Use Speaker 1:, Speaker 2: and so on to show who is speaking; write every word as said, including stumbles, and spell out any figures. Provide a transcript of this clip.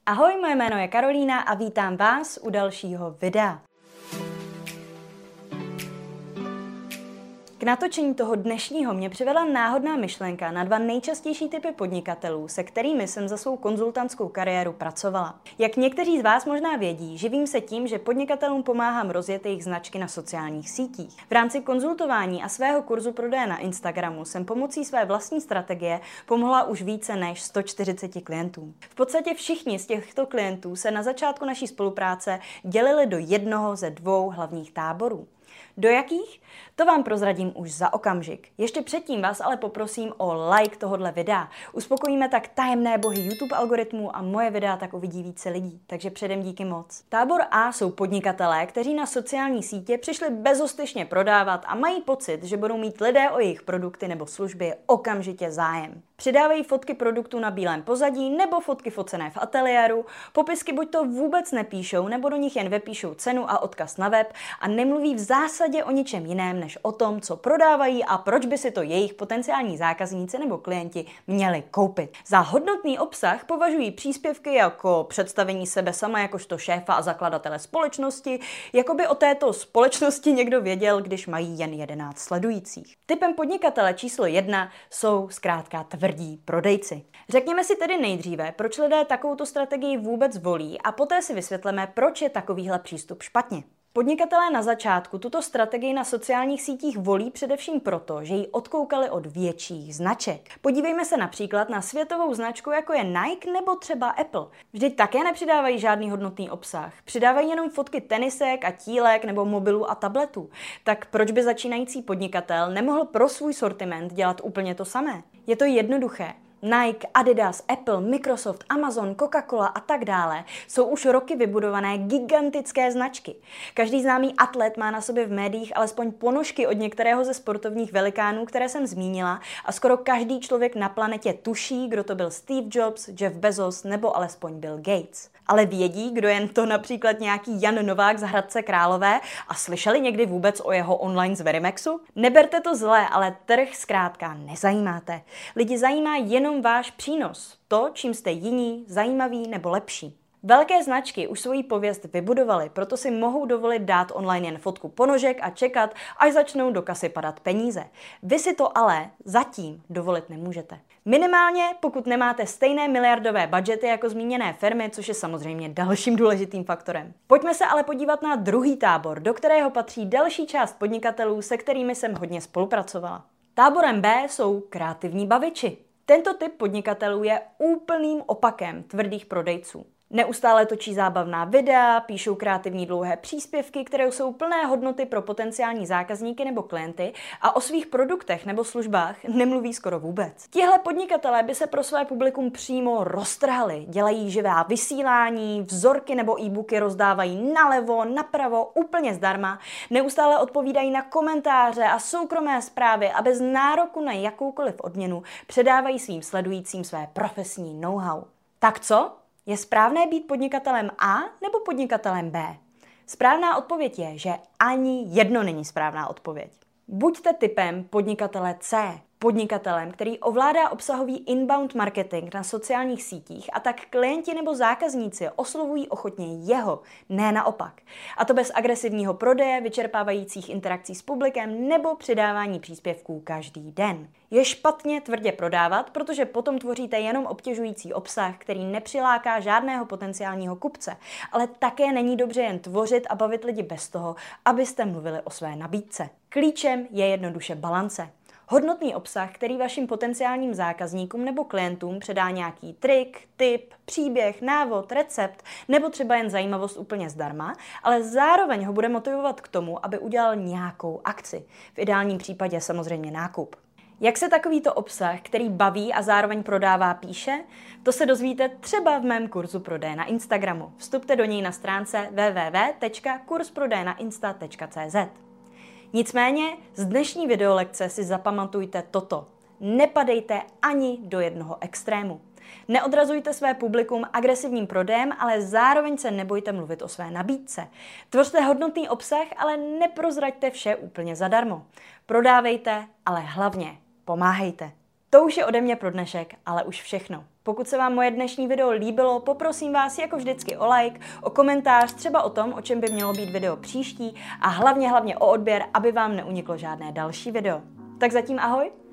Speaker 1: Ahoj, moje jméno je Karolína a vítám vás u dalšího videa. K natočení toho dnešního mě přivedla náhodná myšlenka na dva nejčastější typy podnikatelů, se kterými jsem za svou konzultantskou kariéru pracovala. Jak někteří z vás možná vědí, živím se tím, že podnikatelům pomáhám rozjet jejich značky na sociálních sítích. V rámci konzultování a svého kurzu prodeje na Instagramu jsem pomocí své vlastní strategie pomohla už více než sto čtyřiceti klientům. V podstatě všichni z těchto klientů se na začátku naší spolupráce dělili do jednoho ze dvou hlavních táborů. Do jakých? To vám prozradím už za okamžik. Ještě předtím vás ale poprosím o like tohohle videa. Uspokojíme tak tajemné bohy YouTube algoritmů a moje videa tak uvidí více lidí. Takže předem díky moc. Tábor A jsou podnikatelé, kteří na sociální sítě přišli bezostyšně prodávat a mají pocit, že budou mít lidé o jejich produkty nebo služby okamžitě zájem. Přidávají fotky produktů na bílém pozadí nebo fotky focené v ateliéru, popisky buď to vůbec nepíšou, nebo do nich jen vepíšou cenu a odkaz na web a nemluví v zásadě o ničem jiném, než o tom, co prodávají a proč by si to jejich potenciální zákazníci nebo klienti měli koupit. Za hodnotný obsah považují příspěvky jako představení sebe sama jakožto šéfa a zakladatele společnosti, jako by o této společnosti někdo věděl, když mají jen jedenáct sledujících. Typem podnikatele číslo jedna jsou zkrátka tvrdí prodejci. Řekněme si tedy nejdříve, proč lidé takovouto strategii vůbec volí a poté si vysvětlíme, proč je takovýhle přístup špatně. Podnikatelé na začátku tuto strategii na sociálních sítích volí především proto, že ji odkoukali od větších značek. Podívejme se například na světovou značku, jako je Nike nebo třeba Apple. Vždyť také nepřidávají žádný hodnotný obsah. Přidávají jenom fotky tenisek a tílek nebo mobilů a tabletů. Tak proč by začínající podnikatel nemohl pro svůj sortiment dělat úplně to samé? Je to jednoduché. Nike, Adidas, Apple, Microsoft, Amazon, Coca-Cola a tak dále jsou už roky vybudované gigantické značky. Každý známý atlet má na sobě v médiích alespoň ponožky od některého ze sportovních velikánů, které jsem zmínila, a skoro každý člověk na planetě tuší, kdo to byl Steve Jobs, Jeff Bezos nebo alespoň Bill Gates. Ale vědí, kdo jen to například nějaký Jan Novák z Hradce Králové a slyšeli někdy vůbec o jeho online z Verimexu? Neberte to zlé, ale trh zkrátka nezajímáte. Lidi zajímá jenom váš přínos, to, čím jste jiní, zajímaví nebo lepší. Velké značky už svoji pověst vybudovaly, proto si mohou dovolit dát online jen fotku ponožek a čekat, až začnou do kasy padat peníze. Vy si to ale zatím dovolit nemůžete. Minimálně, pokud nemáte stejné miliardové budžety jako zmíněné firmy, což je samozřejmě dalším důležitým faktorem. Pojďme se ale podívat na druhý tábor, do kterého patří další část podnikatelů, se kterými jsem hodně spolupracovala. Táborem B jsou kreativní baviči. Tento typ podnikatelů je úplným opakem tvrdých prodejců. Neustále točí zábavná videa, píšou kreativní dlouhé příspěvky, které jsou plné hodnoty pro potenciální zákazníky nebo klienty a o svých produktech nebo službách nemluví skoro vůbec. Tihle podnikatelé by se pro své publikum přímo roztrhali, dělají živá vysílání, vzorky nebo e-booky rozdávají nalevo, napravo, úplně zdarma, neustále odpovídají na komentáře a soukromé zprávy a bez nároku na jakoukoliv odměnu předávají svým sledujícím své profesní know-how. Tak co? Je správné být podnikatelem A nebo podnikatelem B? Správná odpověď je, že ani jedno není správná odpověď. Buďte typem podnikatele C, podnikatelem, který ovládá obsahový inbound marketing na sociálních sítích a tak klienti nebo zákazníci oslovují ochotně jeho, ne naopak. A to bez agresivního prodeje, vyčerpávajících interakcí s publikem nebo přidávání příspěvků každý den. Je špatně tvrdě prodávat, protože potom tvoříte jenom obtěžující obsah, který nepřiláká žádného potenciálního kupce, ale také není dobře jen tvořit a bavit lidi bez toho, abyste mluvili o své nabídce. Klíčem je jednoduše balance. Hodnotný obsah, který vašim potenciálním zákazníkům nebo klientům předá nějaký trik, tip, příběh, návod, recept nebo třeba jen zajímavost úplně zdarma, ale zároveň ho bude motivovat k tomu, aby udělal nějakou akci. V ideálním případě samozřejmě nákup. Jak se takovýto obsah, který baví a zároveň prodává, píše? To se dozvíte třeba v mém kurzu prodeje na Instagramu. Vstupte do něj na stránce w w w tečka kurs prodeje na insta tečka c z. Nicméně z dnešní videolekce si zapamatujte toto. Nepadejte ani do jednoho extrému. Neodrazujte své publikum agresivním prodejem, ale zároveň se nebojte mluvit o své nabídce. Tvořte hodnotný obsah, ale neprozraďte vše úplně zadarmo. Prodávejte, ale hlavně pomáhejte. To už je ode mě pro dnešek, ale už všechno. Pokud se vám moje dnešní video líbilo, poprosím vás jako vždycky o like, o komentář, třeba o tom, o čem by mělo být video příští a hlavně hlavně o odběr, aby vám neuniklo žádné další video. Tak zatím ahoj